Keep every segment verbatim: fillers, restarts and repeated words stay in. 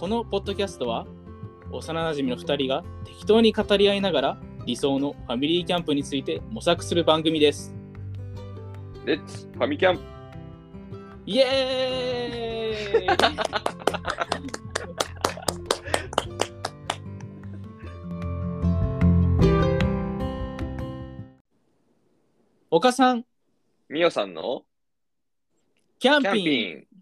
このポッドキャストは幼なじみのふたりが適当に語り合いながら理想のファミリーキャンプについて模索する番組です。 レッツファミキャンプイエーイ岡さん、 みおさんのキャンキャンピング。 ピング。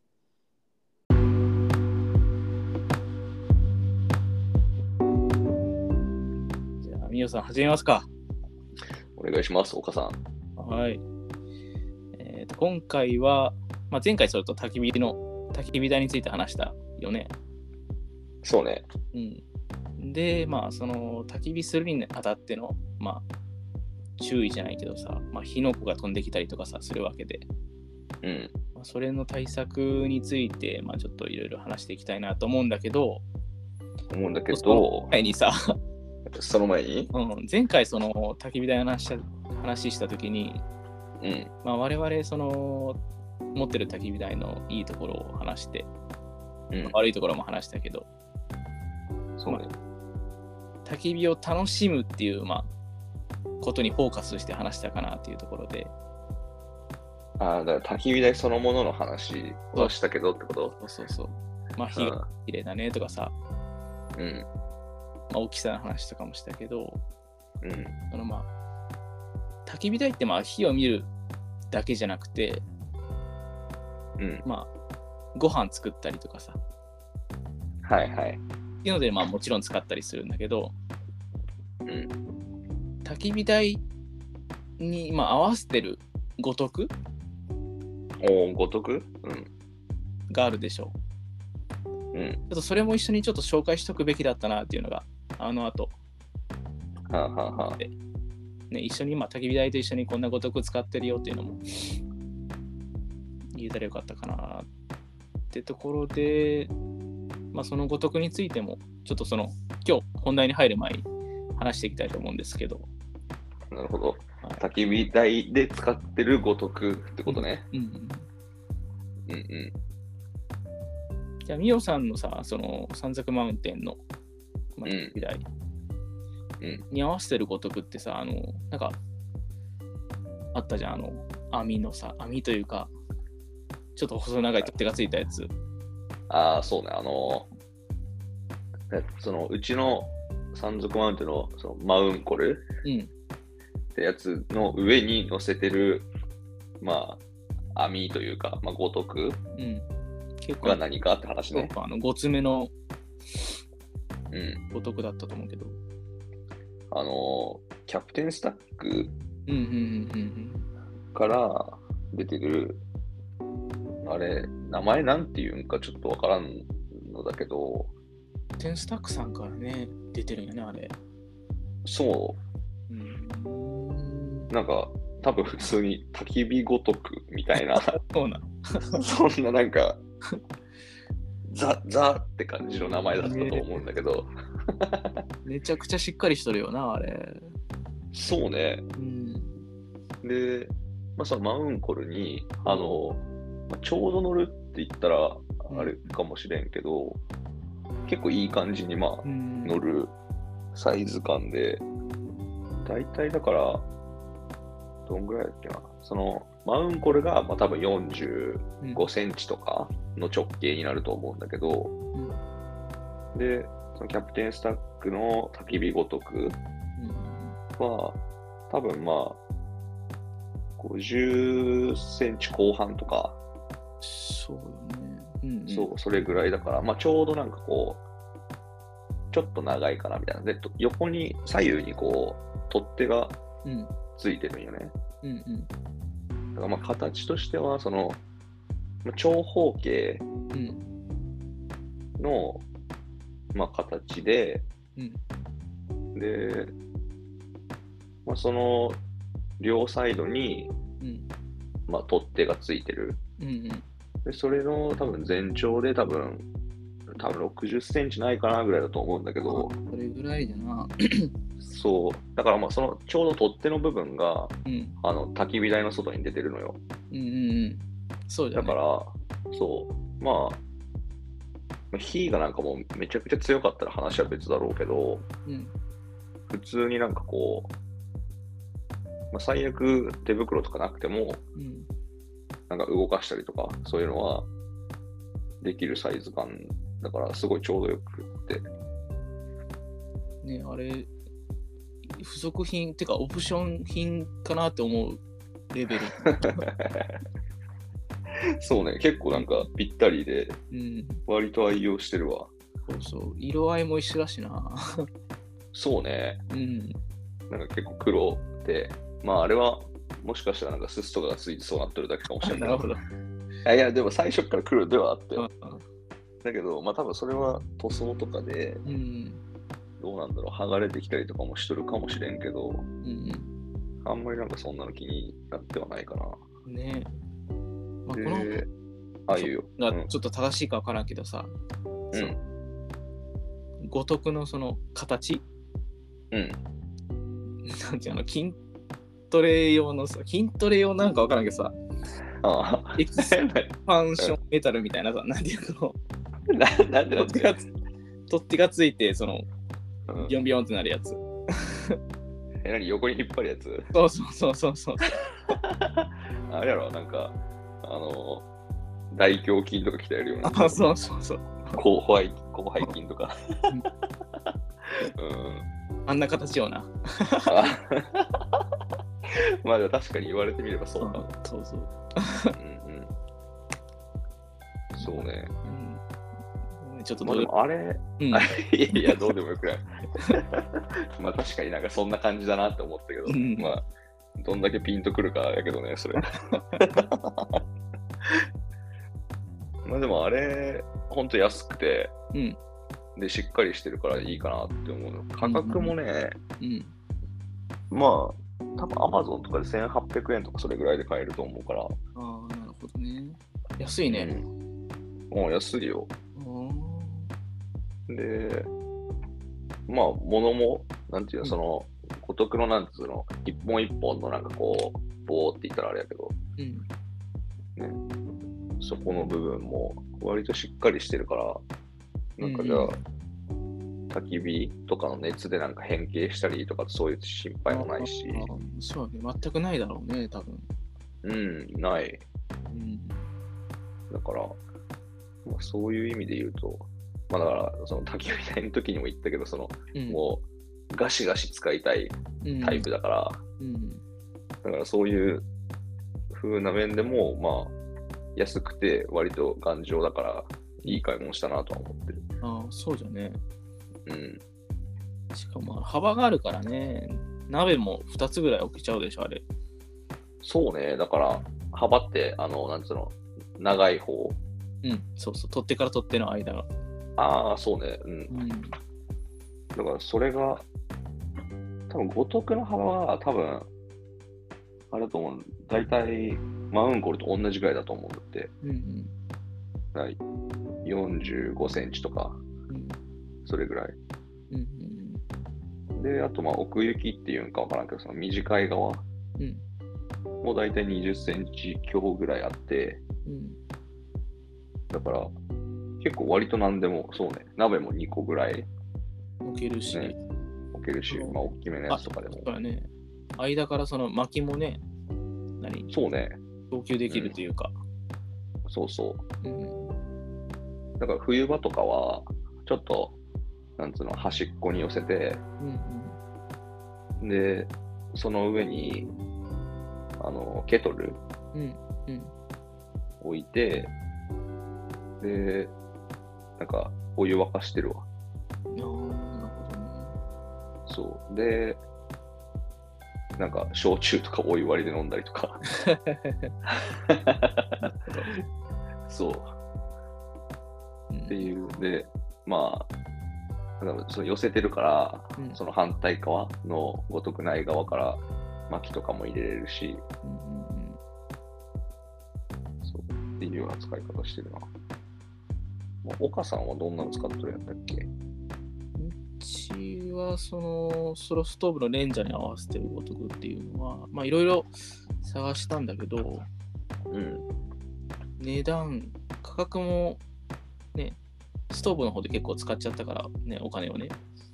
じゃあ、みおさん始めますか。 お願いします、岡さん。 はい。えーと、今回は、まあ、前回それと焚き火の焚き火台について話したよね。 そうね。 うん。で、まあ、その焚き火するにあたっての、まあ、注意じゃないけどさ、まあ、火の粉が飛んできたりとかさ、するわけで、 うん。 まあ、それの対策について、まあ、ちょっといろいろ話していきたいなと思うんだけど、 思うんだけそのど、 前にさ、 その前に、 うん、前回その焚き火台の話した話したときに、 うん。 まあ、我々その持ってる焚き火台のいいところを話して、 うんまあ悪いところも話したけど、 そうね。 焚き火を楽しむっていう、まあ、ことにフォーカスして話したかなっていうところで、 ああ、だから焚き火台そのものの話はしたけどってことそうそうそう、まあ火が綺麗だねとかさ、 うん。 まあ、大きさの話とかもしたけど、 うん。 そのまあ焚き火台ってまあ火を見るだけじゃなくて、 うん。 まあご飯作ったりとかさ、 はいはい。 っていうのでまあもちろん使ったりするんだけど、 うん。 焚き火台に、まあ、合わせてるごとくおお、ごとくうん。 があるでしょう。 うん。 ちょっとそれも一緒にちょっと紹介しとくべきだったなっていうのが、あの後、 はあ、はあはあ、 ね、一緒に今焚き火台と一緒にこんなごとく使ってるよっていうのも言えたらよかったかなってところで、まあそのごとくについてもちょっとその今日本題に入る前に話していきたいと思うんですけど。 なるほど。 はい、 焚き火台で使ってるごとくってことね。 うんうんうんうん。 じゃあミオさんのさ、その三崎マウンテンの、まあ、 うん焚き火台うんに合わせてるごとくってさ、あのなんかあったじゃん、あの網のさ、網というかちょっと細長い取っ手がついたやつ。 ああ、そうね。あのえそのうちの山賊マウンテンのそのマウンコルうんってやつの上に乗せてる、まあ、網というか、まあ、ごとくうん結構が何かって話ね。 あのごつめのうん。 ごとくだったと思うけど。 あの、キャプテンスタックうんうんうんうんから出てる、あれ、名前なんていうんかちょっとわからんのだけど、 うん。テンスタックさんからね、出てるよね、あれ。 そうん。 う、なんか、多分普通に焚き火ごとくみたいな、 そうなの。 そんななんか、ザ・ザって感じの名前だったと思うんだけど、 めちゃくちゃしっかりしとるよな、あれ。 そうね。 うん。 で、まあ、そのマウンコルに、あの、まあちょうど乗るって言ったらあれかもしれんけど、結構いい感じにまあうん、 乗るサイズ感で、だいたいだから、どんぐらいだっけな、そのマウンコルがまあ多分よんじゅうごセンチとかの直径になると思うんだけど、 うん、 で、そのキャプテンスタックの焚き火ごとくは、多分まあ、ごじゅっセンチこう半とか、 そうよね。うんうん、 そう、それぐらいだから、まあちょうどなんかこう、ちょっと長いかなみたいな。で、と横に、左右にこう、取っ手がうんついてるんよね。 うんうんだからまあ形としては、その、まあ長方形うんの、まあ形で、 うんで、まあその、両サイドに、 うんまあ取っ手がついてる。 うんうんで、それの多分全長で多分、多分ろくじゅっセンチないかなぐらいだと思うんだけど、 それぐらいだな。 そう、だからまあそのちょうど取っ手の部分が、 うんあの焚き火台の外に出てるのよ。 うんうんうん。そうだね。 だから、そう、まあ、 まあ、火がなんかもうめちゃくちゃ強かったら話は別だろうけど、 うん。 普通になんかこう、まあ、最悪手袋とかなくても、 うん。 なんか動かしたりとか、そういうのはできるサイズ感だから、すごいちょうどよくって。 ね、あれ、付属品ってかオプション品かなって思うレベル。 そうね、結構なんかぴったりで、 うん。 割と愛用してるわ。 そうそう。色合いも一緒だしな。 そうね、 うん。 なんか結構黒で、まああれはもしかしたらなんかススとかがついてそうなってるだけかもしれないけど。 なるほど。 いやいや、でも最初から黒ではあってうん。 だけど、まあ多分それは塗装とかで、 うん。 どうなんだろう、剥がれてきたりとかもしとるかもしれんけど、 うんあんまりなんかそんなの気になってはないかな。 うん。ねまあ、こので、ああいうよ。 がちょっと正しいか分からんけどさ、 うん。 五徳のその形、 うん。 なんていうの、筋トレ用のさ、筋トレ用なんか分からんけどさ、 ああ。 エクスパンションメタルみたいなさ、なんていうの、 ななんでなんで取っ手がつ取っ手がついて、その、 うんビヨンビヨンってなるやつ。 え、何横に引っ張るやつそうそうそうそうそう。 あれやろ、なんか、あの、大胸筋とか鍛えるような。 あ、そうそうそう。 広背広背筋とか。 うんうん。 あんな形よな。 あまあでも確かに言われてみればそうかも。 そうそう。 うんうん。そうね。 うん、ちょっとまあでもあれ、 うん、 いやいや、どうでもよくない。まあ確かになんかそんな感じだなって思ったけど、 うんまあ、どんだけピンとくるかやけどね、それ。まあでもあれ、ほんと安くて、 うん、 で、しっかりしてるからいいかなって思うの。価格もね、 うん、 まあ、多分 Amazon とかでせんはっぴゃくえんとかそれぐらいで買えると思うから。 ああ、なるほどね。安いね。 うん。もう安いよ。 あで、まあ、物も、なんていうの、 うんその、孤独のなんつうの、一本一本のなんかこう、棒って言ったらあれやけど、 ーうん、 そこの部分も割としっかりしてるから、なんかじゃあ、焚き火とかの熱でなんか変形したりとかそういう心配もないし、 ああそうね、全くないだろうね、多分。 うん、ない。 うん、 だから、まあ、そういう意味で言うと、まあだから、その焚き火台の時にも言ったけど、その、 うん、 もうガシガシ使いたいタイプだから、 うん、 だからそういう風な面でも、まあ、安くて割と頑丈だから、いい買い物したなとは思ってる。 ああ、そうじゃね。 うん。 しかも幅があるからね、鍋もふたつぐらい置けちゃうでしょ、あれ。 そうね、だから幅って、あの、なんつうの、長い方。 うん、そうそう、取っ手から取っ手の間が。 ああ、そうね、うん。 うん、 だからそれが、多分五徳の幅は多分、あれだと思う。大体、マウンコルと同じぐらいだと思うんだって。 うん、 はい、よんじゅうごセンチとか、 うん、 それぐらい。 うん、 で、あと、まあ、奥行きっていうんかわからんけど、その短い側うん、 も大体にじゅっセンチ強ぐらいあって、 うん、 だから、結構割と何でも、そうね、鍋もにこぐらい置けるし、 ね置けるし、まあ、大きめのやつとかでも。 そうだね。間からその薪もね、何そうね。 供給できるというか。 そうそうう。 ん。 だから冬場とかは、ちょっと、なんつうの、端っこに寄せて、 うん、 で、その上に、あの、ケトルうん、うん、 置いて、で、なんか、お湯沸かしてるわ。 ああ、なるほどね。 そう。で、なんか、焼酎とかお湯割りで飲んだりとか。そう。っていう。で、まあ、だからその寄せてるから、 うんその反対側のごとくない側から薪とかも入れれるし、 うんうんうん、 そうっていうような使い方してるな。まあ、岡さんはどんなの使ってるやったっけ？ うちはそのソロストーブのレンジャーに合わせてるごとくっていうのは、まあいろいろ探したんだけど、 うん。 値段、価格もね、 ストーブの方で結構使っちゃったからね、お金をね。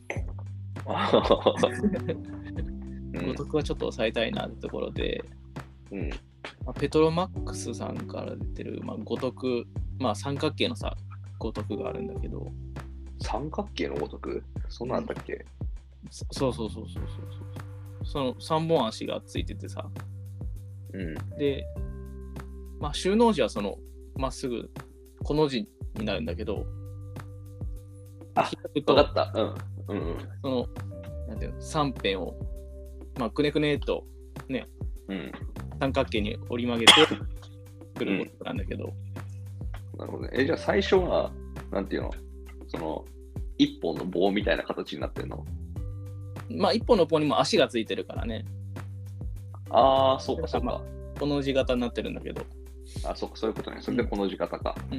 ごとくはちょっと抑えたいなってところで、 うん、 まあ、ペトロマックスさんから出てる、まあ、ごとく、まあ三角形のさ、ごとくがあるんだけど。 三角形のごとくそんなんあったっけ、うん、 そそうそうそうそうそうそう。そのさんぼん足がついててさ。 うん。 で、まあ収納時はその、まっすぐ、この字になるんだけど、 あ、わかった。うん。うんうん。 その、なんていうの、さん辺を、まあ、くねくねっとね、 うん、 三角形に折り曲げてくることなんだけど、 うん。なるほどね。え、じゃあ最初は、なんていうの、その、一本の棒みたいな形になってるの？ まあ、一本の棒にも足がついてるからね。 ああ、そうかそうか。 まあ、この字型になってるんだけど。 あ、そうか、そういうことね。それでこの字型か。 うん。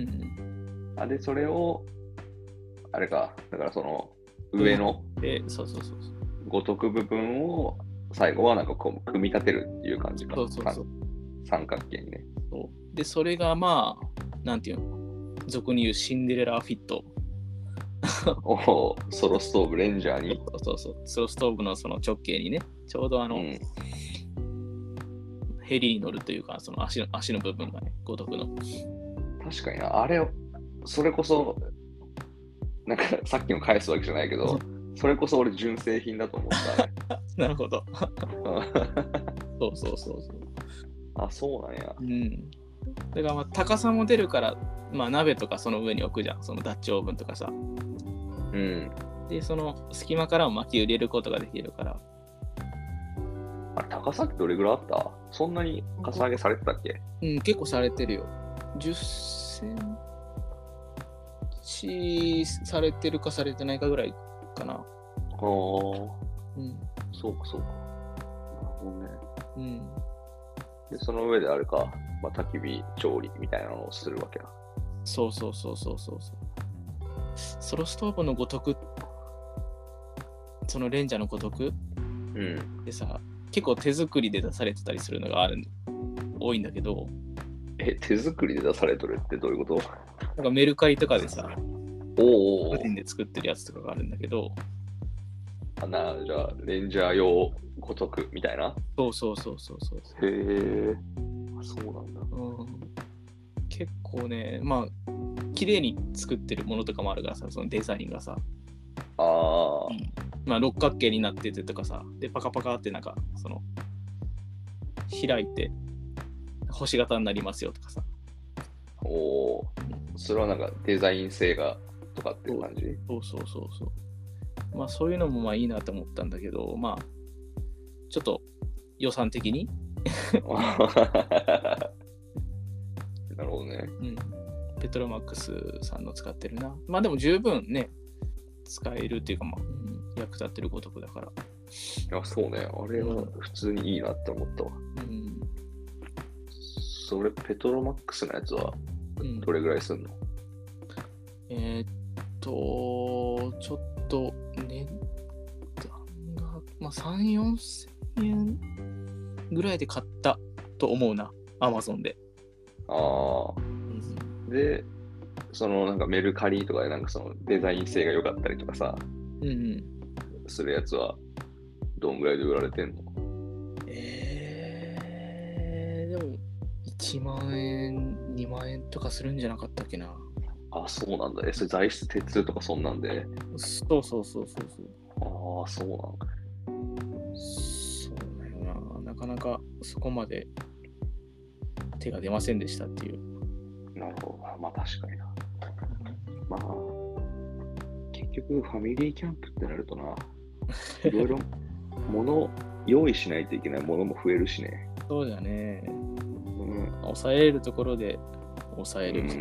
あ、で、それを、あれか、だからその、上の、 で、そうそうそうそう。 ごとく部分を、最後はなんかこう、組み立てるっていう感じか。 そうそうそう。 三角形にね。 そうで、それがまあ、なんていうの、俗に言うシンデレラフィット。 おお、ソロストーブレンジャーに。 そうそうそう。ソロストーブのその直径にね、ちょうどあの、うん、ヘリに乗るというか、その足の足の部分がね、ごとくの。 確かにな、あれ、それこそ、なんかさっきの返すわけじゃないけど、それこそ俺純正品だと思ったね。 なるほど。そうそうそうそう。 あ、そうなんや。 うん。だからまあ高さも出るから、まあ鍋とかその上に置くじゃん。そのダッチオーブンとかさ。 うん。 で、その隙間からも巻き入れることができるから。 あれ、高さってどれぐらいあった？そんなにかさ上げされてたっけ？ うん、結構されてるよ。じゅっセンチされてるかされてないかぐらいかな。 ああ。 うん。 そうか、そうか。なるほどね。 うん。 で、その上であれか、まあ、焚き火調理みたいなのをするわけだ。 そうそうそうそうそうそう。ソロストーブのごとく、そのレンジャーのごとく、 うん、 でさ、結構手作りで出されてたりするのがある多いんだけど。 え、手作りで出されてるってどういうこと？ なんかメルカリとかでさ、 おお。 個人で作ってるやつとかがあるんだけど。 あな、じゃあ、レンジャー用ごとくみたいな？ そうそうそうそうそう。 へえ、そうなんだ。 うん。結構ね、まあ、綺麗に作ってるものとかもあるからさ、そのデザインがさ。 ああ、 うん。まあ、六角形になっててとかさ、で、パカパカってなんか、その、開いて、星型になりますよとかさ。 おお、それはなんかデザイン性がとかっていう感じ？ そうそうそうそう。まあそういうのもまあいいなと思ったんだけど、まあちょっと予算的になるほどね。 うん。ペトロマックスさんの使ってるな。まあでも十分ね、使えるっていうか、まあ、うん、役立ってるごとくだから。 いや、そうね。あれは普通にいいなって思ったわ。 うん。 それ、ペトロマックスのやつはどれぐらいすんの？ うん、えー、っと、ちょっと値段が、まあ、さん、よんせんえんぐらいで買ったと思うな、アマゾンで。 ああ、うん。で、そのなんかメルカリとかでなんかそのデザイン性が良かったりとかさ、 うんうん、 するやつはどんぐらいで売られてんの？ えー、でもいちまんえん、にまんえんとかするんじゃなかったっけな。 あ、そうなんだ。え、それ材質鉄とかそんなんで。 そうそうそうそうそう。 ああ、そうなんだ。 そうだよな。なかなかそこまで手が出ませんでしたっていう。 なるほど。まあ確かにな。まあ、結局ファミリーキャンプってなるとな、いろいろ物用意しないといけないものも増えるしね。 そうだね。うん。抑えるところで抑えること。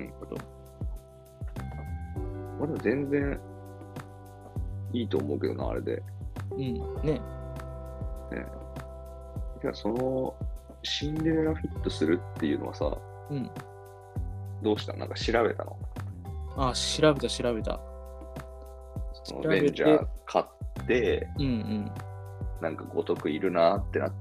まあでも全然いいと思うけどな、あれで。 うん、ね。ね。 じゃあそのシンデレラフィットするっていうのはさ、 うん、 どうした？なんか調べたの？ ああ、調べた調べた。 そのレンジャー買って、 うんうん、 なんかごとくいるなってなって、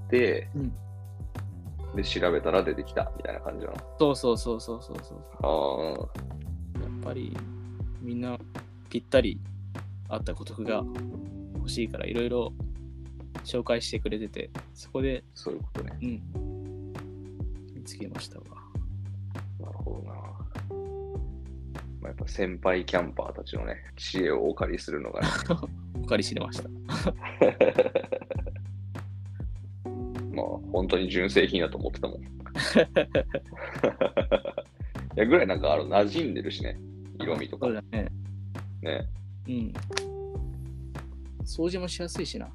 うん、で調べたら出てきたみたいな感じなの？ そうそうそうそうそうそう。 ああ。 やっぱりみんなぴったり合った孤独が欲しいからいろいろ紹介してくれてて、そこでそういうことね。 うん見つけましたわ。 なるほどな。まあ、やっぱ先輩キャンパーたちのね、知恵をお借りするのがね。 お借りしてました。 まあ、本当に純正品だと思ってたもん。いや、ぐらいなんかあの馴染んでるしね、色味とか。 そうだね。 ね。 うん。掃除もしやすいしな。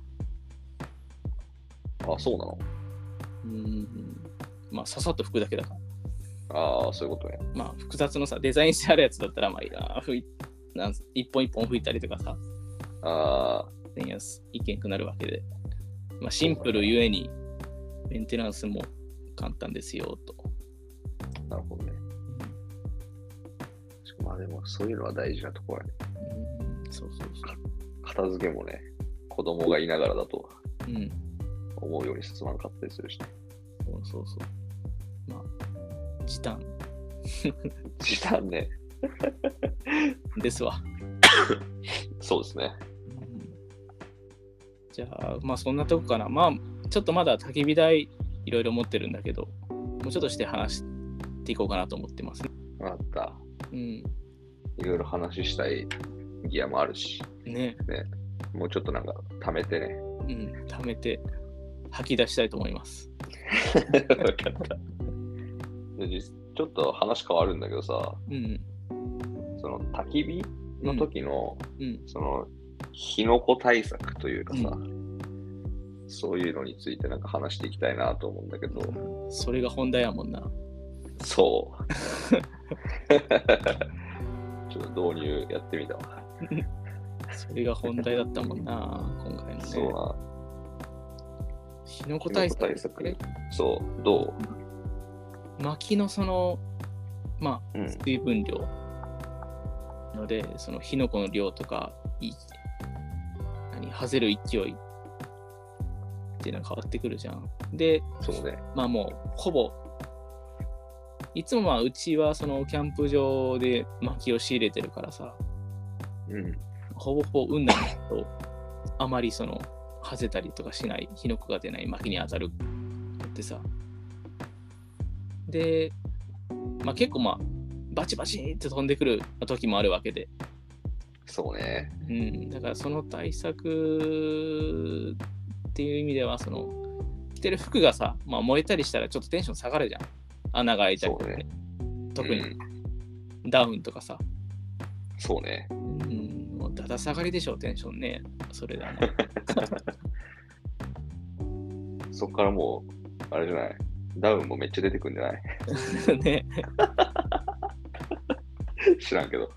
あ、そうなの？ うん。まあ、ささっと拭くだけだから。 ああ、そういうことね。 まあ、複雑のさ、デザインしてあるやつだったら、まあいいな、拭いなん一本一本拭いたりとかさ、 ああ、 いけんくなるわけで。まあ、シンプルゆえに、メンテナンスも簡単ですよ、と。 なるほどね。まあでも、そういうのは大事なところやね。 うん、そうそうそう。 片付けもね、子供がいながらだとうん。 思うように進まなかったりするしね。 そうそうそう。まあ、時短時短ね。 ですわ。 そうですね。 うん、じゃあ、まあそんなとこかな。まあ、ちょっとまだ焚き火台いろいろ持ってるんだけど、もうちょっとして話していこうかなと思ってます。 わかった。 うん。 いろいろ話したいギアもあるし。 ね。 ね。もうちょっとなんか貯めてね。 うん、貯めて吐き出したいと思います。 わかった。でちょっと話変わるんだけどさ、 うん、 その焚き火の時の、 うん、 その火の粉対策というかさ、 うん、 そういうのについてなんか話していきたいなと思うんだけど、 それが本題やもんな。 そう。ちょっと導入やってみたわ。 それが本題だったもんな、今回のね。 そうな。 火の粉対策。 対策そう、どう薪のその、まあ、 うん、 水分量ので、その火の粉の量とか、い何、外れる勢いっていうのが変わってくるじゃん。で、 そうね。 まあもう、ほぼ、いつもまあ、うちはそのキャンプ場で薪を仕入れてるからさ、 うん、 ほぼほぼ運ないと、あまりその、はぜたりとかしない、火の粉が出ない薪に当たるってさ。で、まあ結構まあ、バチバチって飛んでくる時もあるわけで。 そうね。 うん、だからその対策っていう意味では、その、着てる服がさ、まあ燃えたりしたらちょっとテンション下がるじゃん。穴が開いたりとかね。ね特に、うん、ダウンとかさ。 そうね。 うん、もうだだ下がりでしょ、テンションね。それだね。 そっからもう、あれじゃない。ダウンもめっちゃ出てくるんじゃないね。 知らんけど。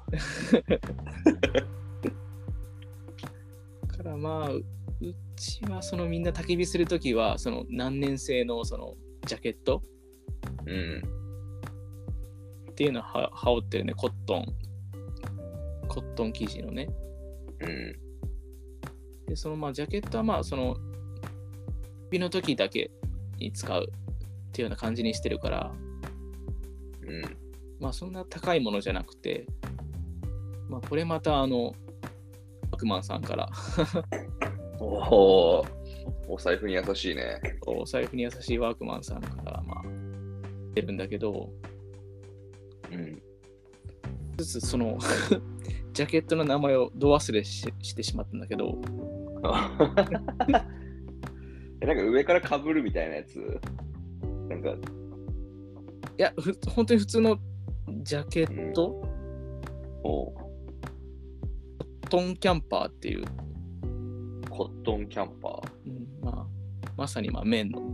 だからまあ、うちはそのみんな焚き火するときは、その何年製のそのジャケット、 うん、 っていうのをは羽織ってるね、コットン。コットン生地のね。 うん。 で、そのまあジャケットはまあその火の時だけに使うっていうような感じにしてるから、 うん。 まあそんな高いものじゃなくて、まあこれまたあの、ワークマンさんからおお、お財布に優しいね。 お財布に優しいワークマンさんからまあ出るんだけど、 うん。 ずつそのジャケットの名前をど忘れ し, してしまったんだけどえ、なんか上から被るみたいなやつなんかいやふ本当に普通のジャケット、うん、 おコットンキャンパーっていうコットンキャンパー、 うん、まあまさにまあ綿の、うん、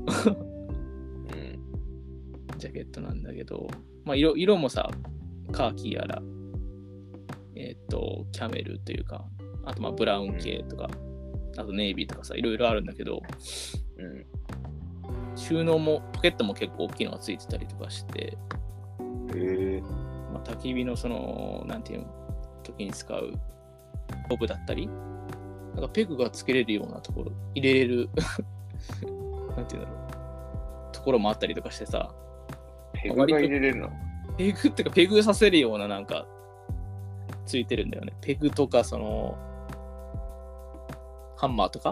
ジャケットなんだけど、まあ、色, 色もさカーキやらえっ、ー、とキャメルというか、あとまあブラウン系とか、うん、あとネイビーとかさいろいろあるんだけど、うん、収納もポケットも結構大きいのがついてたりとかして、 へえ、 まあ、焚き火のそのなんていう時に使うボブだったり、なんかペグがつけれるようなところ入れれるなんていうんだろうところもあったりとかしてさ、 ペグが入れれるの？ ペグってかペグさせるようななんかついてるんだよね。ペグとか、その、ハンマーとか。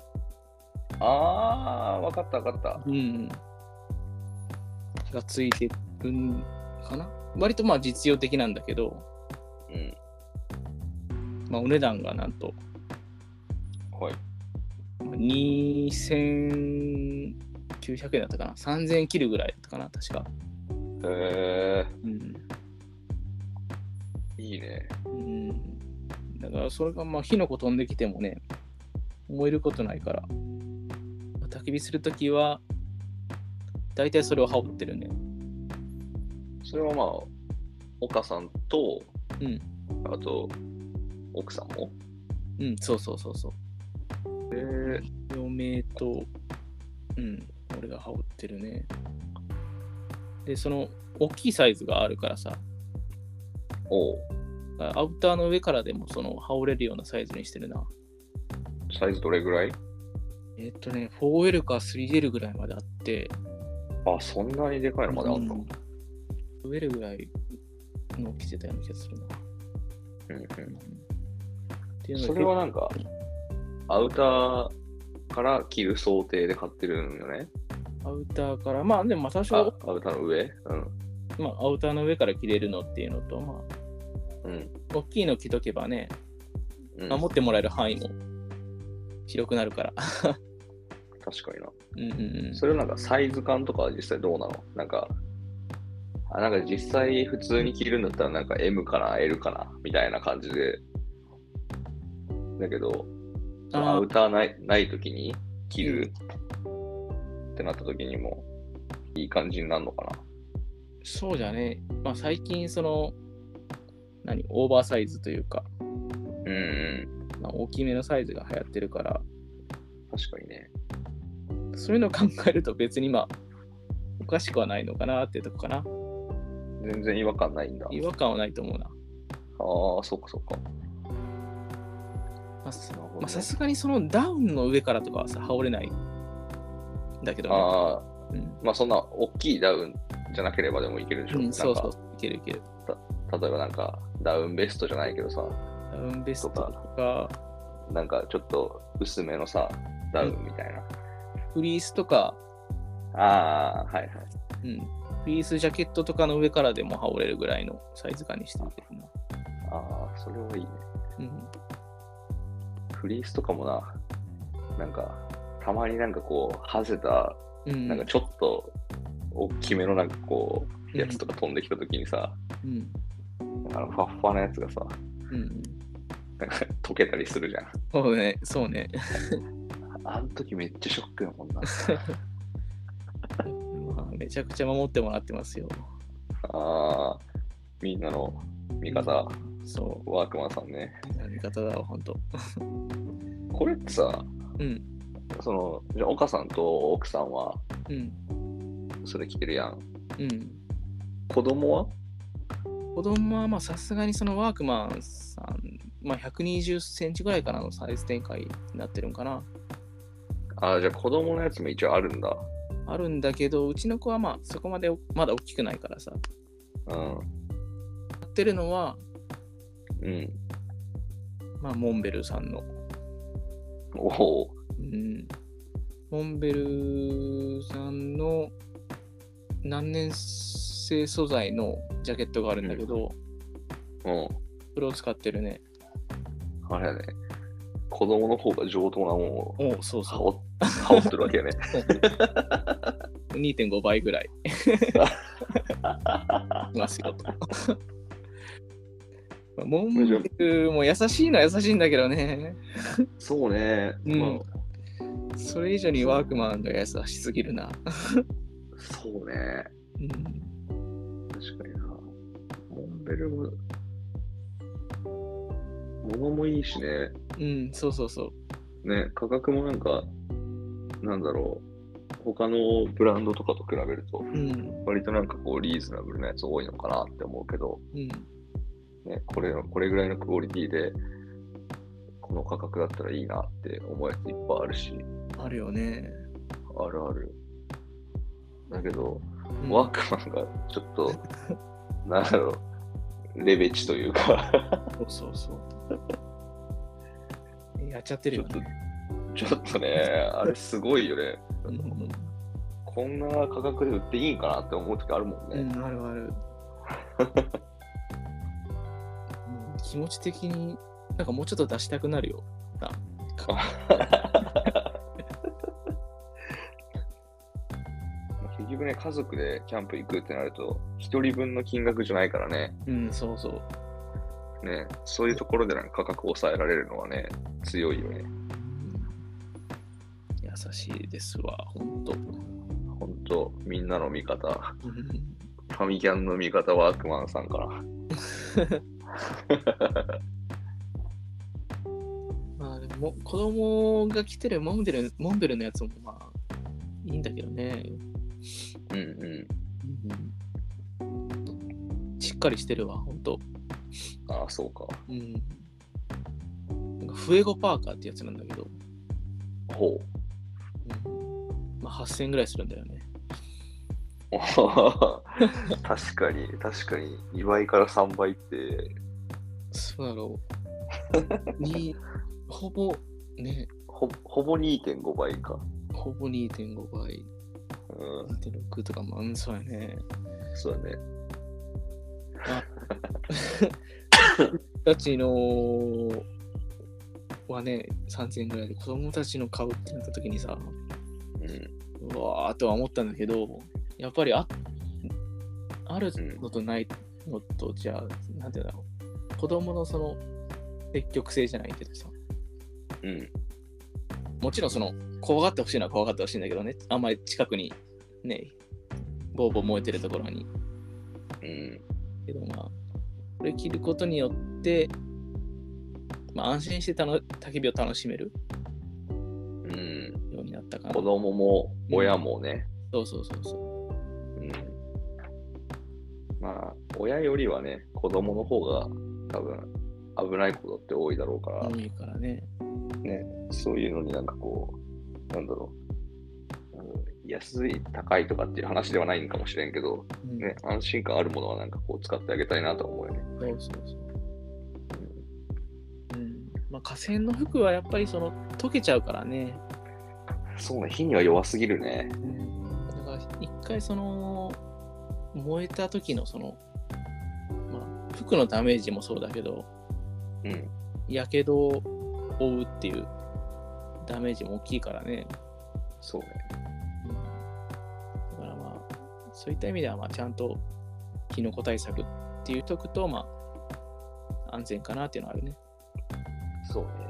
あー、わかったわかった。 うん。がついてるんかな。割とまあ実用的なんだけど、 うん。 まあお値段がなんと、 はい。 にせんきゅうひゃくえんだったかな。さんぜんえん切るぐらいだったかな、確か。 へうん。 ー、いいね。 うん。だからそれがまあ火の粉飛んできてもね、燃えることないから、焚き火するときは、だいたいそれを羽織ってるね。 それはまあ、岡さんと、 うん。 あと、奥さんも。 うん、そうそうそうそう。 へー、 嫁と、うん、俺が羽織ってるね。で、その、大きいサイズがあるからさ、 おう。 アウターの上からでもその羽織れるようなサイズにしてるな。 サイズどれぐらい？ えっとね、フォーエル か スリーエル ぐらいまであって、 あ、そんなにでかいのまであるの？ うん、フォーエル ぐらいの着てたような気がするな。 うんうん。 っていうのでそれはなんか、アウターから着る想定で買ってるんよね。 アウターから、まあでもまあ多あ、 少、 アウターの上？うん。 まあアウターの上から着れるのっていうのと、まあ、 うん。 大きいの着とけばね、 うん、 守ってもらえる範囲も広くなるから。 確かにな。 うんうんうん。 それはなんかサイズ感とかは実際どうなの？なんか、あ、なんか実際普通に着るんだったらなんか エム かな エル かなみたいな感じで。だけど、そのアウターないない時に着るってなった時にもいい感じになるのかな？ そうじゃね。まあ最近その、何、オーバーサイズというか、 うんうん。 まあ、大きめのサイズが流行ってるから、 確かにね。 そういうのを考えると別にまあ、おかしくはないのかなっていうとこかな。 全然違和感ないんだ。 違和感はないと思うな。 ああ、そっかそっか。 まあさすがにそのダウンの上からとかはさ、羽織れないんだけどね。 ああ、 うん、 まあそんな大きいダウンじゃなければでもいけるでしょ。 うん、そうそう、 なんかいけるいける。 た例えばなんかダウンベストじゃないけどさ、 ダウンベストとか、 なんかちょっと薄めのさ、ダウンみたいな。 フリースとか、 ああ、はいはい。 うん、フリースジャケットとかの上からでも羽織れるぐらいのサイズ感にしてるな。 ああ、それはいいね。 うん、 フリースとかもな、なんか、たまになんかこう、外せた、 うん、 なんかちょっと大きめのなんかこう、やつとか飛んできたときにさ、 うん、 あのファッファなやつがさ、 うん、 なんか溶けたりするじゃん。 そうね、そうね。 あの時めっちゃショックやもんな。 まあ、めちゃくちゃ守ってもらってますよ。 ああ、みんなの味方、 そうワークマンさんね。 味方だわ、ほんと。 これってさ、 うん、 その、じゃあ岡さんと奥さんは、 うん、 それ着てるやん。 うん。 子供は？ 子供はまあさすがにそのワークマンさん、まあ、ひゃくにじゅっセンチぐらいからのサイズ展開になってるんかな。 ああ、じゃあ子供のやつも一応あるんだ。 あるんだけど、うちの子はまあそこまでまだ大きくないからさ。 うん。 やってるのは、 うん。 まあモンベルさんの。 おお。 うん。モンベルさんの何年製素材のジャケットがあるんだけど、 うん。 それを使ってるね。 あれやね。子供の方が上等なものをおそうそう羽織ってるわけやね。 にてんごばいぐらい。いますよと。モンベルも優しいのは優しいんだけどね。 そうね。 うん、 まあ、 それ以上にワークマンが優しすぎるな。 そうね。 うん、 確かにな。モンベルも、物もいいしね。 うん、そうそうそう。 ね、価格もなんか、なんだろう。他のブランドとかと比べると、 うん、 割となんかこうリーズナブルなやつ多いのかなって思うけど、 うん、 ね、これの、これぐらいのクオリティで、この価格だったらいいなって思うやついっぱいあるし。 あるよね。 あるある。だけど、 うん、 ワークマンがちょっと、なんだろう、レベチというかそうそうそう。やっちゃってるよね。 ちょっと、ちょっとね、あれすごいよね。 うんうん、 こんな価格で売っていいんかなって思う時あるもんね。 うん、あるある。うん、気持ち的になんかもうちょっと出したくなるよ。な結局ね、家族でキャンプ行くってなると、一人分の金額じゃないからね。 うん、そうそう。 ね、そういうところでなんか価格を抑えられるのはね、強いよね。うん、 優しいですわ、ほんと。 ほんと、みんなの味方。 うん、 ファミキャンの味方はアクマンさんかな。 まあでも、子供が着てるモンベル、モンベルのやつもまあ、いいんだけどね。 うんうん。 うん、しっかりしてるわ、ほんと。 ああ、そうか。 うん。なんかフエゴパーカーってやつなんだけど。 ほう。 うん、まあはっせんえんぐらいするんだよね。 確かに、確かに、にばいからさんばいって。 そうだろう。に、ほぼ、ね。 ほほぼ にてんごばいか。 ほぼ にてんごばい。 うん。 にてんろく とかも、うん、そうやね。 そうだね。 あたちのはね、さんぜんえんぐらいで子供たちの買うってなった時にさ、うん、うわーとは思ったんだけど、やっぱりああるのとないのと、じゃあ、なんていうんだろう、子供のその積極性じゃないけどさ、 うん、 もちろんその怖がってほしいのは怖がってほしいんだけどね、あんまり近くにね、ボーボー燃えてるところに。 うん。 けどまあ、これ着ることによって、まあ、安心してたの焚き火を楽しめる、 うん、 ようになったかな。 子供も親もね。 うん、そうそうそうそう。 うん、まあ、親よりはね、子供の方が多分危ないことって多いだろうから。 多いからね。 ね、そういうのになんかこう、なんだろう。安い、高いとかっていう話ではないんかもしれんけど、うん、ね、安心感あるものはなんかこう使ってあげたいなと思うよね。 そうそうそう。うん。うん、まあ、河川の服はやっぱりその溶けちゃうからね。 そうね、火には弱すぎるね。 うん、だから一回その燃えた時のその、まあ、服のダメージもそうだけど、 うん。 やけどを負うっていうダメージも大きいからね。 そうね。 そういった意味では、まあ、ちゃんとキノコ対策っていうとくと、まあ、安全かなっていうのはあるね。 そうね。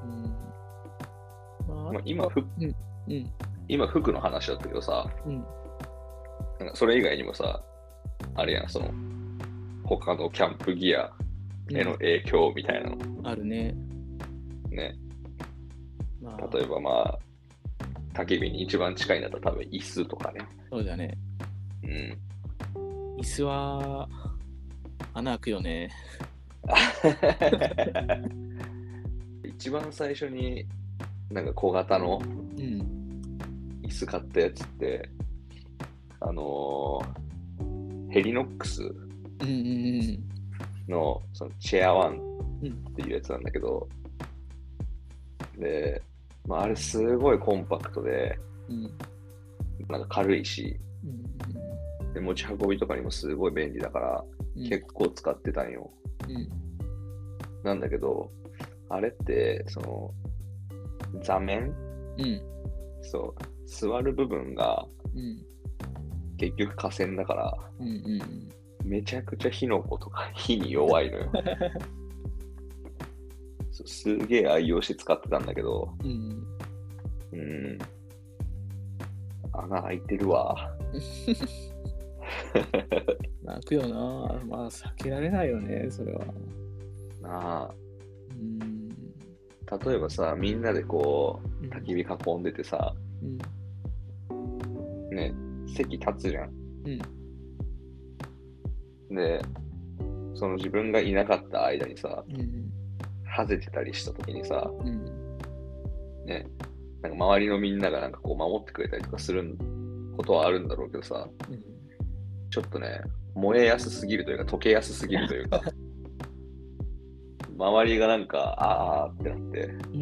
うん。まあ、 まあ、今、服、 うんうん、 今、服の話だったけどさ、 うん、 なんかそれ以外にもさ、あれやん、その、他のキャンプギアへの影響みたいなの。 うん、あるね。 ね。 まあ、 例えば、まあ、焚き火に一番近いんだったら多分椅子とかね。 そうだね。 うん、 椅子は穴開くよね。 一番最初になんか小型の椅子買ったやつって、うん、あのー、ヘリノックスのそのチェアワンっていうやつなんだけど、うん、で、まあ、あれすごいコンパクトで、うん、なんか軽いし、で持ち運びとかにもすごい便利だから、うん、結構使ってたんよ、うん、なんだけどあれってその座面、うん、そう座る部分が、うん、結局架線だから、うんうんうん、めちゃくちゃ火の粉とか火に弱いのよすげえ愛用して使ってたんだけど、うん、うん、穴開いてるわ泣くよな。まあ避けられないよね、それは。 なあ。うん。例えばさ、みんなでこう焚き火囲んでてさ、うん、ね、席立つじゃん。うん。で、その自分がいなかった間にさ、うん、外れてたりした時にさ、うん、ね、なんか周りのみんながなんかこう守ってくれたりとかすることはあるんだろうけどさ。うん、ちょっとね、燃えやすすぎるというか、溶けやすすぎるというか、 周りがなんか、あーってなって、 うん。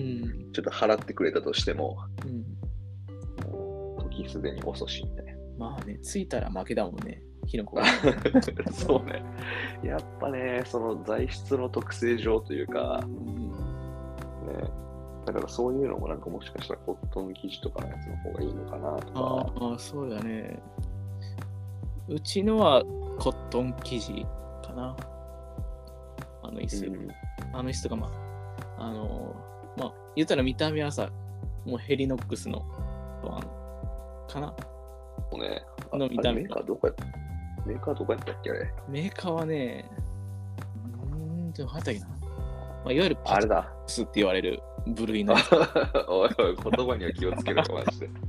ちょっと払ってくれたとしても、 うん。 もう時すでに遅しみたいな。 まあね、着いたら負けだもんね、キノコが。 そうね。やっぱね、その材質の特性上というか、 うん。 ね、だからそういうのもなんかもしかしたらコットン生地とかのやつの方がいいのかなとか。 ああ、そうだね。うちのはコットン生地かな。あの椅子。 うん、 あの椅子とか、まあ、あのー、まあ、言ったら見た目はさ、もうヘリノックスのワンかな。 そうね。 の見た目メーカーどこやったメーカーどこやったっけあれ。 メーカーはね、うーん、でも何だっけな。まあ、いわゆるパあれだ。 スって言われる部類の。 おいおい、言葉には気をつけろよ、マジで。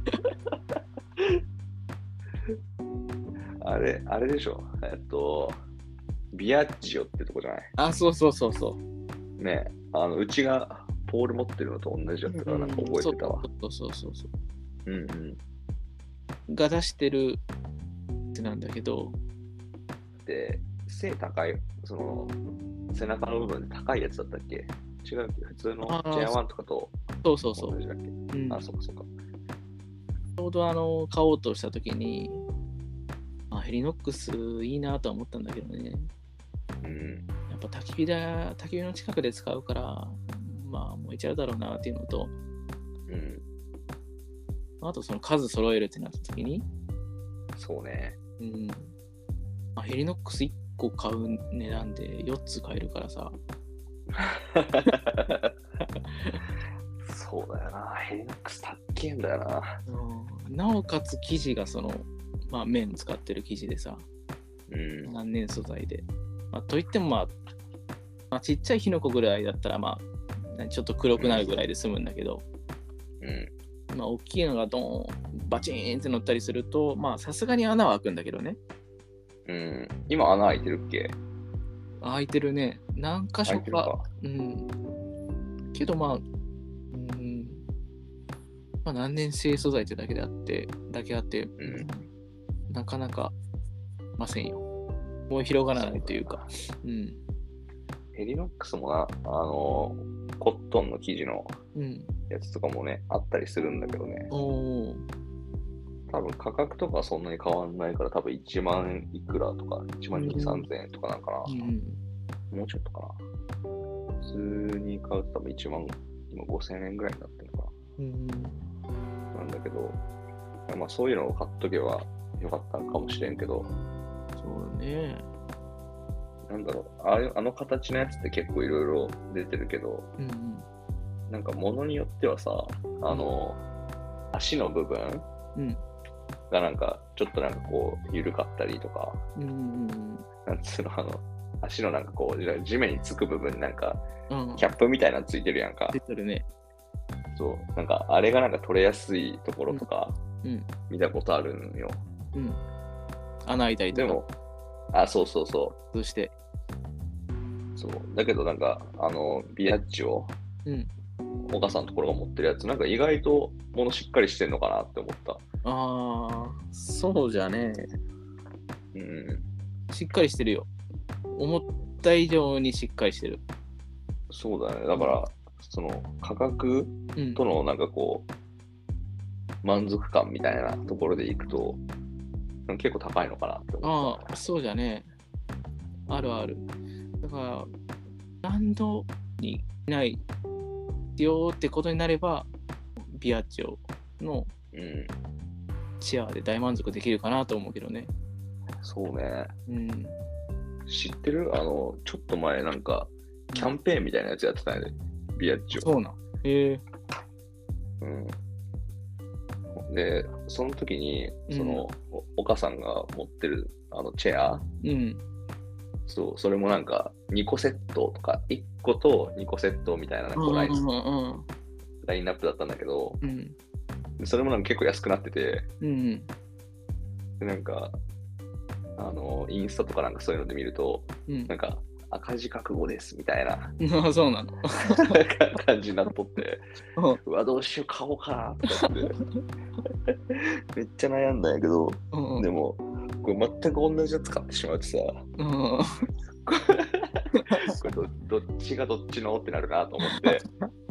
あれ、あれでしょ。えっと、ビアッチオってとこじゃない。 あ、そうそうそうそう。 ねあの、うちがポール持ってるのと同じだったから、なんか覚えてたわ。 そうそうそうそう。 うんうん。 が出してるってなんだけど。 で、背高い、その、背中の部分で高いやつだったっけ違うっけ普通の ジェイワン とかとそうそうそう。 同じだっけ、うん、あ、そうかそうか。 ちょうどあの、買おうとしたときに、あ、ヘリノックスいいなとは思ったんだけどね。 うん。 やっぱ焚き火だ、焚き火の近くで使うから、まあ、燃えちゃうだろうなっていうのと、 うん。 あとその数揃えるってなったときに、 そうね。 うん。まあ、ヘリノックスいっこ買う値段でよっつ買えるからさ。 そうだよな。ヘリノックスたっけんだよな。 うん、なおかつ生地がその、まあ、綿使ってる生地でさ、 うん、 何年素材で。まあ、といっても、まあ、まあ、ちっちゃい火の粉ぐらいだったら、まあ、ちょっと黒くなるぐらいで済むんだけど、 うん、 まあ、大きいのがドーン、バチーンって乗ったりすると、まあ、さすがに穴は開くんだけどね。 うん。今穴開いてるっけ？ 開いてるね。何箇所か。 かうん。けど、まあ、うん、まあ、何年製素材ってだけであって、だけあって、 うん、 なかなかませんよ。もう広がらないというか。うん。 ヘリノックスもな、あの、コットンの生地のやつとかもね、うん、あったりするんだけどね。 お多分価格とかそんなに変わんないから、多分いちまんいくらとか、いちまんにせん、さんぜんえんとかなんかな、うん。もうちょっとかな。普通に買うと多分いちまん、今ごせんえんぐらいになってるのかな。うん、なんだけど、まあそういうのを買っとけばよかったのかもしれんけど。 そうね。 なんだろう、あれあの形のやつって結構いろいろ出てるけど、うんうん、なんか物によってはさ、あの、足の部分、うんがなんかちょっとなんかこう緩かったりとか、うんうんうん、なんつうのあの足のなんかこう地面につく部分になんかキャップみたいなのついてるやんか。 ついてるね。 そうなんかあれがなんか取れやすいところとか見たことあるんよ。 うん。穴開いたりとか。 でもあそうそうそう。 そしてそうだけどなんかあのビアッチを、うん、お母さんのところが持ってるやつなんか意外と物しっかりしてんのかなって思った。 ああ、そうじゃね。うん。しっかりしてるよ。思った以上にしっかりしてる。 そうだね。だから、うん、その価格とのなんかこう、うん、満足感みたいなところでいくと、結構高いのかなって思った。 ああ、そうじゃね。あるある。だから、ランドにいないよってことになれば、ビアッチョの、うんチアで大満足できるかなと思うけどね。 そうね。うん。知ってる？あの、ちょっと前なんか、キャンペーンみたいなやつやってたよね。ビアッチを。 そうなん。へえ。 うん。で、その時に、その、うん、お, お母さんが持ってるあのチェア。うん。そう、それもなんか、にこセットとか、いっことにこセットみたいな、こうライン、うんうんうん、ラインナップだったんだけど、うんそれもなんか結構安くなってて、うん、でなんかあのインスタとかなんかそういうので見ると、うん、なんか赤字覚悟ですみたいなそうなの感じになっとってうわどうしよう買おうかなってめっちゃ悩んだんやけど、うんうん、でもこれ全く同じやつ買ってしまうとさ、うん、これど、どっちがどっちのってなるなと思って。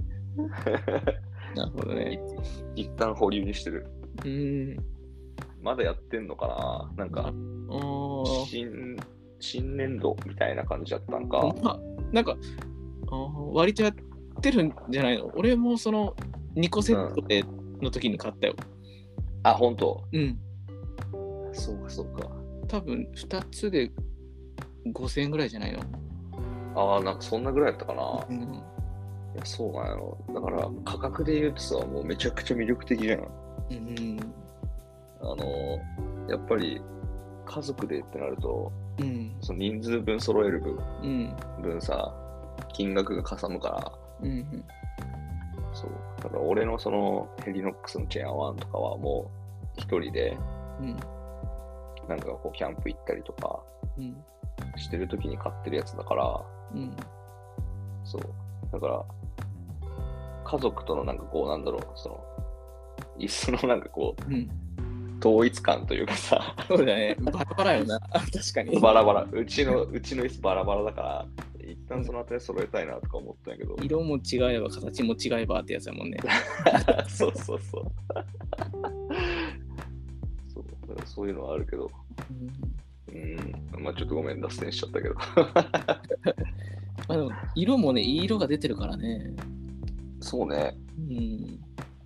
なるほどね。 一旦保留にしてる。 うーん。 まだやってんのかななんか、新、新年度みたいな感じだったんか。 まあ、なんか、あ割とやってるんじゃないの？俺もそのにこセットでの時に買ったよ。うん、 あ、ほんと？ うん。 そうか、そうか。 多分ふたつでごせんえんぐらいじゃないの？ ああ、なんかそんなぐらいだったかな。 うん、いや、そうなの。だから価格で言うとさ、もうめちゃくちゃ魅力的じゃん。 うん。 あの、やっぱり家族でってなると、 うん、 その人数分揃える分、 うん、 分さ、金額がかさむから、 うんうん、 そう。だから俺のそのヘリノックスのチェアワンとかはもう一人で、 うん、 なんかこうキャンプ行ったりとかしてるときに買ってるやつだから、 うん、 そう。だから、家族とのなんかこうなんだろう、その、椅子のなんかこう、うん、統一感というかさ。 そうだね。バラバラよな。確かに。 バラバラ。うちの、うちの椅子バラバラだから、一旦そのあたり揃えたいなとか思ったんやけど。 色も違えば形も違えばってやつだもんね。 そうそうそう。そうだからそういうのはあるけど。うん、うん、まあちょっとごめん、脱線しちゃったけど。 あの色もね、いい色が出てるからね。 そうね。 うん。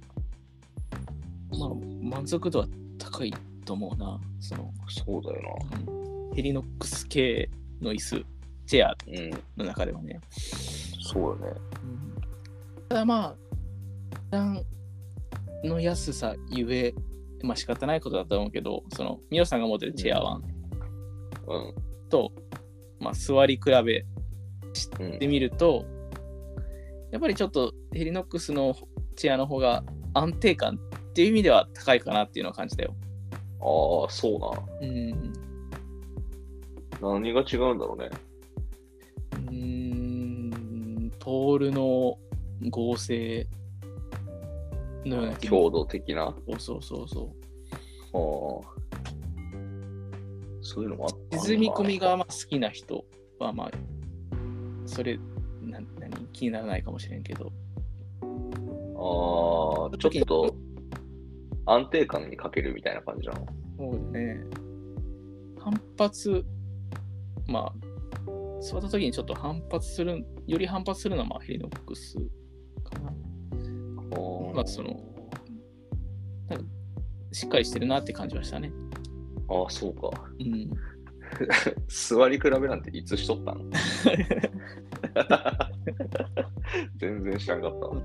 まあ満足度は高いと思うな。そのそうだよな、 うん。ヘリノックス系の椅子、チェアの中ではね。 うん、そうだね。 うん、ただまあ、値段の安さゆえ、まあ仕方ないことだと思うけど、そのミオさんが持ってるチェアワンと、うん、まあ座り比べしてみると、うん、やっぱりちょっとヘリノックスのチェアの方が安定感っていう意味では高いかなっていうのは感じたよ。 ああ、そうな。 うん。 何が違うんだろうね。 うーん、ポールの合成のような強度的な。 そうそうそう。 ああ。そういうのもあった沈み込みがまあ好きな人はまあそれな何気にならないかもしれんけど。 ああ、ちょっと安定感に欠けるみたいな感じなの。 そうだね。反発、まあ座った時にちょっと反発する、より反発するのはまあヘリノックスかな。まあそのなんかしっかりしてるなって感じましたね。 ああ、そうか。 うん。 座り比べなんていつしとったの？全然知らんかった。うん、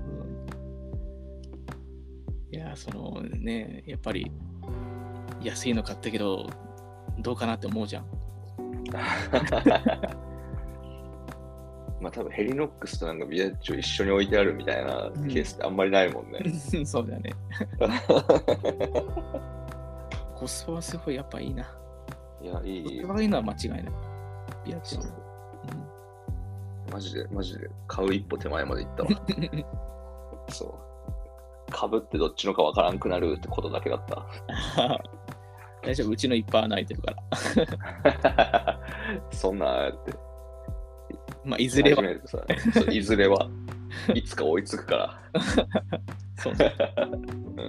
いや、そのね、やっぱり安いの買ったけど、どうかなって思うじゃん。 まあ多分ヘリノックスとなんかビアッチョ一緒に置いてあるみたいなケースってあんまりないもんね。 うん、そうだね。コスパはすごいやっぱいいな。 いや、いい。 コスパがいいのは間違いない。ビアッチョ。 うん、マジで、マジで買う一歩手前まで行ったわ。そう。株ってどっちのかわからんくなるってことだけだった。 大丈夫、うちのいっぱい泣いてるから。 そんなって。 まあ、いずれは。 そういずれは。いつか追いつくから。 そうね。 うん。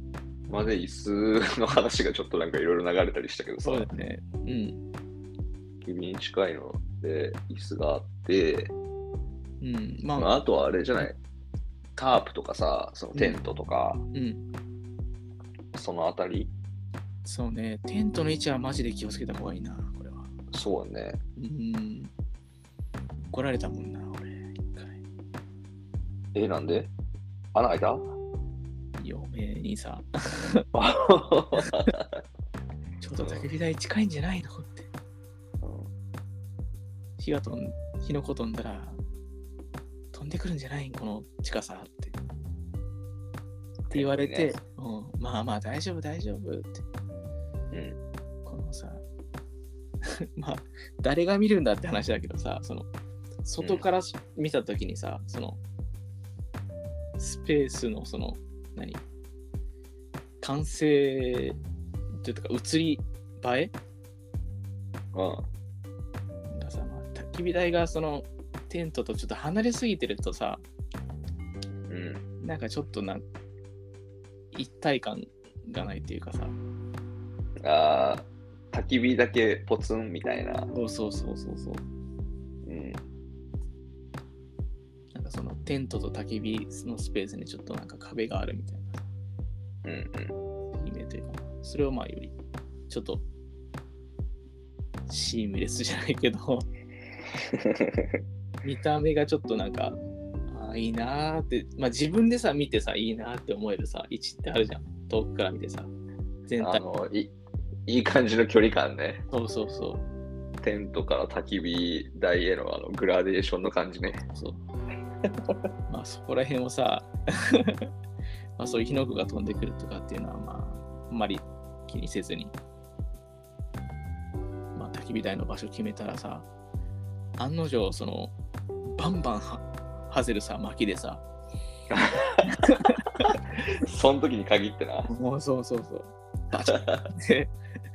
まで椅子の話がちょっとなんかいろいろ流れたりしたけどさ。 そうだね。うん。 君に近いので椅子があって、 うん。まあ、 まあ、あとはあれじゃない。タープとかさ、そのテントとか、 うんうん、 そのあたり。 そうね、テントの位置はマジで気をつけた方がいいな、これは。 そうね。 うん。怒られたもんな、俺、一回。 え、なんで？穴開いた？ 嫁にさ、ちょっと焚き火台近いんじゃないのって。うん、火が飛ん、火の粉飛んだら、飛んでくるんじゃないこの近さって。って言われて、ね、うん、まあまあ大丈夫大丈夫って。うん、このさ、まあ誰が見るんだって話だけどさ、その外から見たときにさ、うん、そのスペースのその何完成っていうか映り映え、うん、ださ、まあ、焚き火台がそのテントとちょっと離れすぎてるとさ、 うん。 なんかちょっとなん一体感がないっていうかさ。 ああ、焚き火だけポツンみたいな。 そうそうそうそうそう。 うん。 なんかそのテントと焚き火のスペースにちょっとなんか壁があるみたいな。 うんうん。 イメージというか、それをまあよりちょっとシームレスじゃないけど見た目がちょっとなんかああいいなーって、まあ自分でさ見てさいいなーって思えるさ位置ってあるじゃん、遠くから見てさ全体あのいいい感じの距離感ね。 そうそうそうテントから焚き火台へのあのグラデーションの感じね。 そうまあそこら辺をさまあそういう火の粉が飛んでくるとかっていうのはまああんまり気にせずに、まあ焚き火台の場所決めたらさ、案の定そのバンバンは外るさ薪でさその時に限ってな。 もうそうそうそうバチッで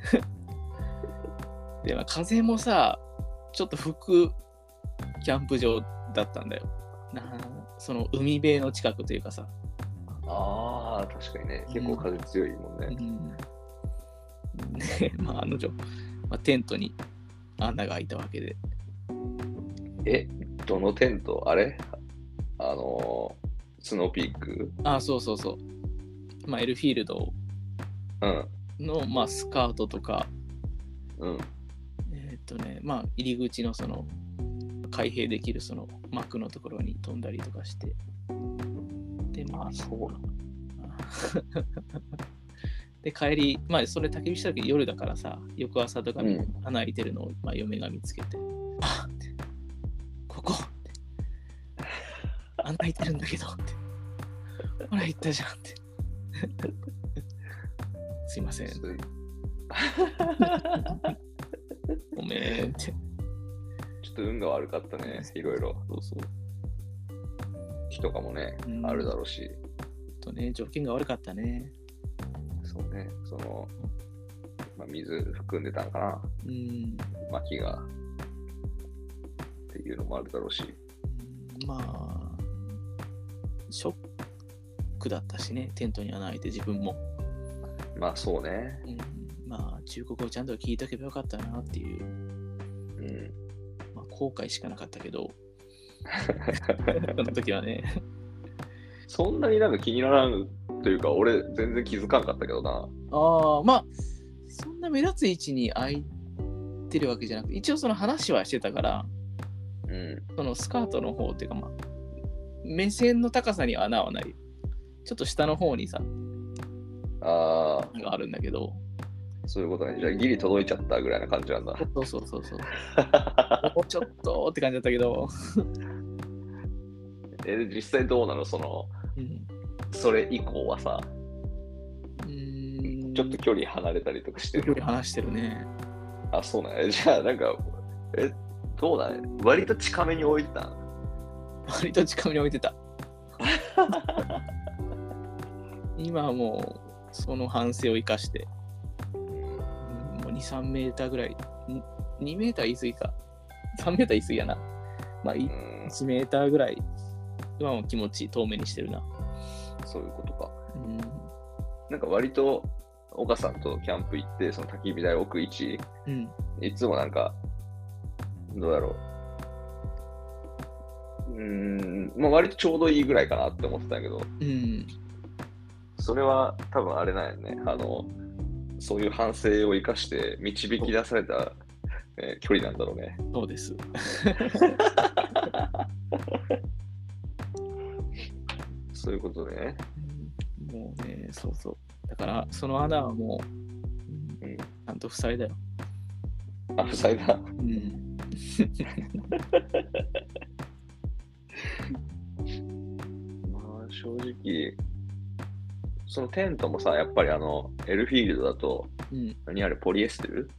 で、まあ、風もさちょっと吹くキャンプ場だったんだよな。その海辺の近くというかさ、 ああ、確かにね。結構風強いもんね。 うん、でまあ案の定、まあ、テントに穴が開いたわけで。 え、どのテントあれあのー、スノーピークあ、そうそうそう。まあエルフィールドうん。 の、まあ、スカートとか、 うん。 えーっとね、まあ入り口のその開閉できるその幕のところに飛んだりとかして。で、まあ、 そうで、帰り、まあ、それ焚き火した時夜だからさ、翌朝とかに穴開いてるのを、まあ、嫁が見つけて、あって、ここって穴開いてるんだけどって、ほら行ったじゃんって。すいません。ごめんって。 ちょっと運が悪かったね、いろいろ。 そうそう。 木とかもね、 うん、 あるだろうし。 とね、条件が悪かったね。 そうね、その、まあ、水含んでたんかな。 うん。 薪が。っていうのもあるだろうし。 うん、まあ、ショックだったしね、テントに穴開いて自分も。 まあそうね。 うん、まあ、忠告をちゃんと聞いとけばよかったなっていう。 うん。 まあ、後悔しかなかったけど。その時はね。 そんなになんか気にならんというか、俺全然気づかんかったけどな。 ああ、まあ、そんな目立つ位置に空いてるわけじゃなくて、一応その話はしてたから、 うん。 そのスカートの方っていうか、まあ、目線の高さには穴はない。ちょっと下の方にさ、 ああ。 があるんだけど。 そういうことね。じゃあギリ届いちゃったぐらいな感じなんだ。 そうそうそうそう。もうちょっとって感じだったけど。 え、実際どうなのその、 うん、 それ以降はさ、 うーんちょっと距離離れたりとかしてる。 距離離してるね。 あ、そうなんや。じゃあなんか、え、どうだね割と近めに置いてた割と近めに置いてた。今はもう、その反省を生かして、うん、もうに、さんメーターぐらい、にメーター言い過ぎか。さんメーター言い過ぎやな。まあ、いちメーターぐらいはもう気持ち遠目にしてるな。 そういうことか。 うん、 なんか割と、岡さんとキャンプ行って、その焚き火台置く位置、 うん、 いつもなんか、どうだろう。うーん、まあ割とちょうどいいぐらいかなって思ってたんやけど、 うん、 それは多分あれなんやね。あの、そういう反省を生かして導き出された、ね、距離なんだろうね。 そうです。 そういうことね。 うん、もうね、そうそう。だから、その穴はもう、うん、ちゃんと塞いだよ。 あ、塞いだ。 うん。 まあ、正直、そのテントもさ、やっぱりあの、エルフィールドだと、 うん、 何あれ、ポリエステル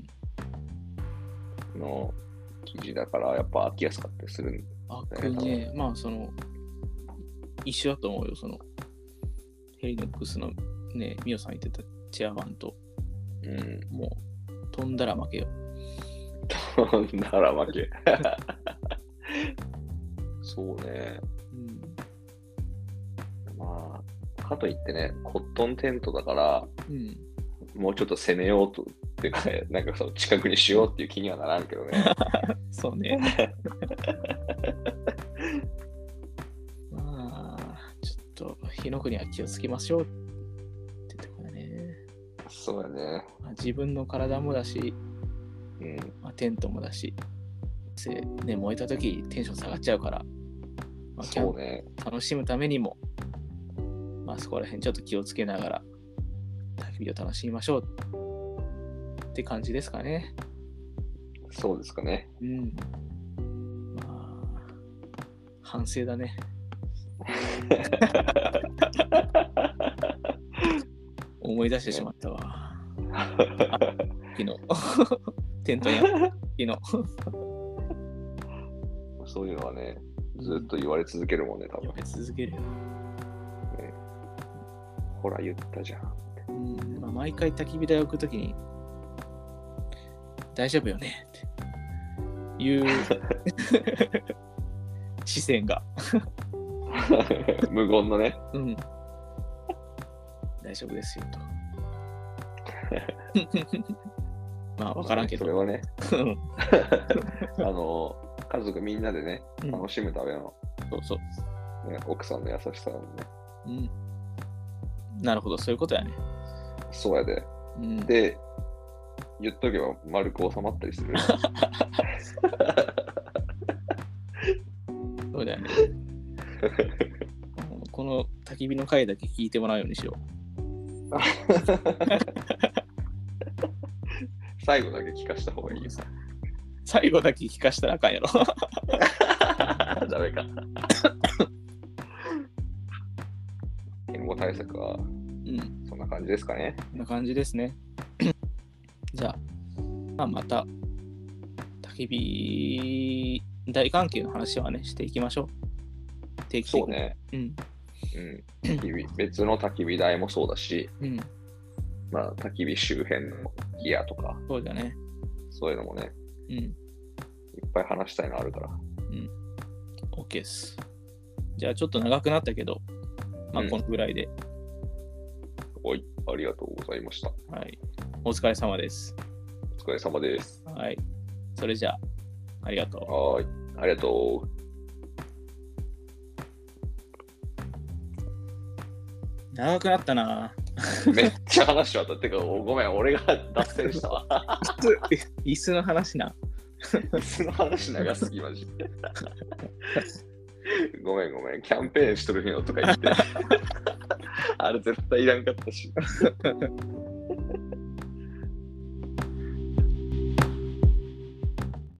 うん、 の生地だから、やっぱ開きやすかったりするん開くね。まあ、その、一緒だと思うよ。その、ヘリノックスのね、ミオさん言ってたチェアワンと、 うん、 もう、飛んだら負けよ。 飛んだら負け。 そうね。 うん、 まあ、かといってね、コットンテントだから、 うん、 もうちょっと攻めようとっていうか、なんかその近くにしようっていう気にはならんけどね。 そうね。まあ、ちょっと火の国は気をつけましょうってところだね。 そうやね。 まあ、自分の体もだし、 うんまあ、テントもだし、ね、燃えた時テンション下がっちゃうから、まあ、 そうね。 楽しむためにも、まあ、そこら辺ちょっと気をつけながら焚き火を楽しみましょうって感じですかね。 そうですかね。 うん。まあ、反省だね。思い出してしまったわ。昨日。テントに昨日。 そういうのはね、ずっと言われ続けるもんね、多分。 言われ続けるよ。 ね、ほら、言ったじゃん。 うんまあ、毎回焚き火台を置くときに、大丈夫よねっていう視線が。 無言のね。 うん。大丈夫ですよと。まあ、わからんけど。 それはね、あの、家族みんなでね、楽しむための、 うん、そうそう、 ね。奥さんの優しさだもんね。 うん。なるほど、そういうことやね。 そうやで。うん、で、言っとけば丸く収まったりする。 そうだよね。この焚き火の回だけ聞いてもらうようにしよう。 最後だけ聞かした方がいいよ。 最後だけ聞かしたらあかんやろ。 ダメか。健康対策は、うん、そんな感じですかね。 そんな感じですね。じゃあ、まあ、また焚き火大関係の話はねしていきましょう。定期的に。 そうね。 うん。 うん、焚き火別の焚き火台もそうだし、 うん、 まあ焚き火周辺のギアとか、 そうだね。 そういうのもね、 うん、いっぱい話したいのあるから。 うん。OK です。じゃあちょっと長くなったけど、まあこのぐらいで。 うん、はい、ありがとうございました。 はい。お疲れ様です。 お疲れ様です。 はい。それじゃあ、ありがとう。 はい。ありがとう。 長くなったな。 めっちゃ話しちゃった。てか、ごめん、俺が脱線したわ。 椅子の話な。 椅子の話長すぎ、マジで。ごめんごめん、キャンペーンしとるのとか言って。あれ絶対いらんかったし。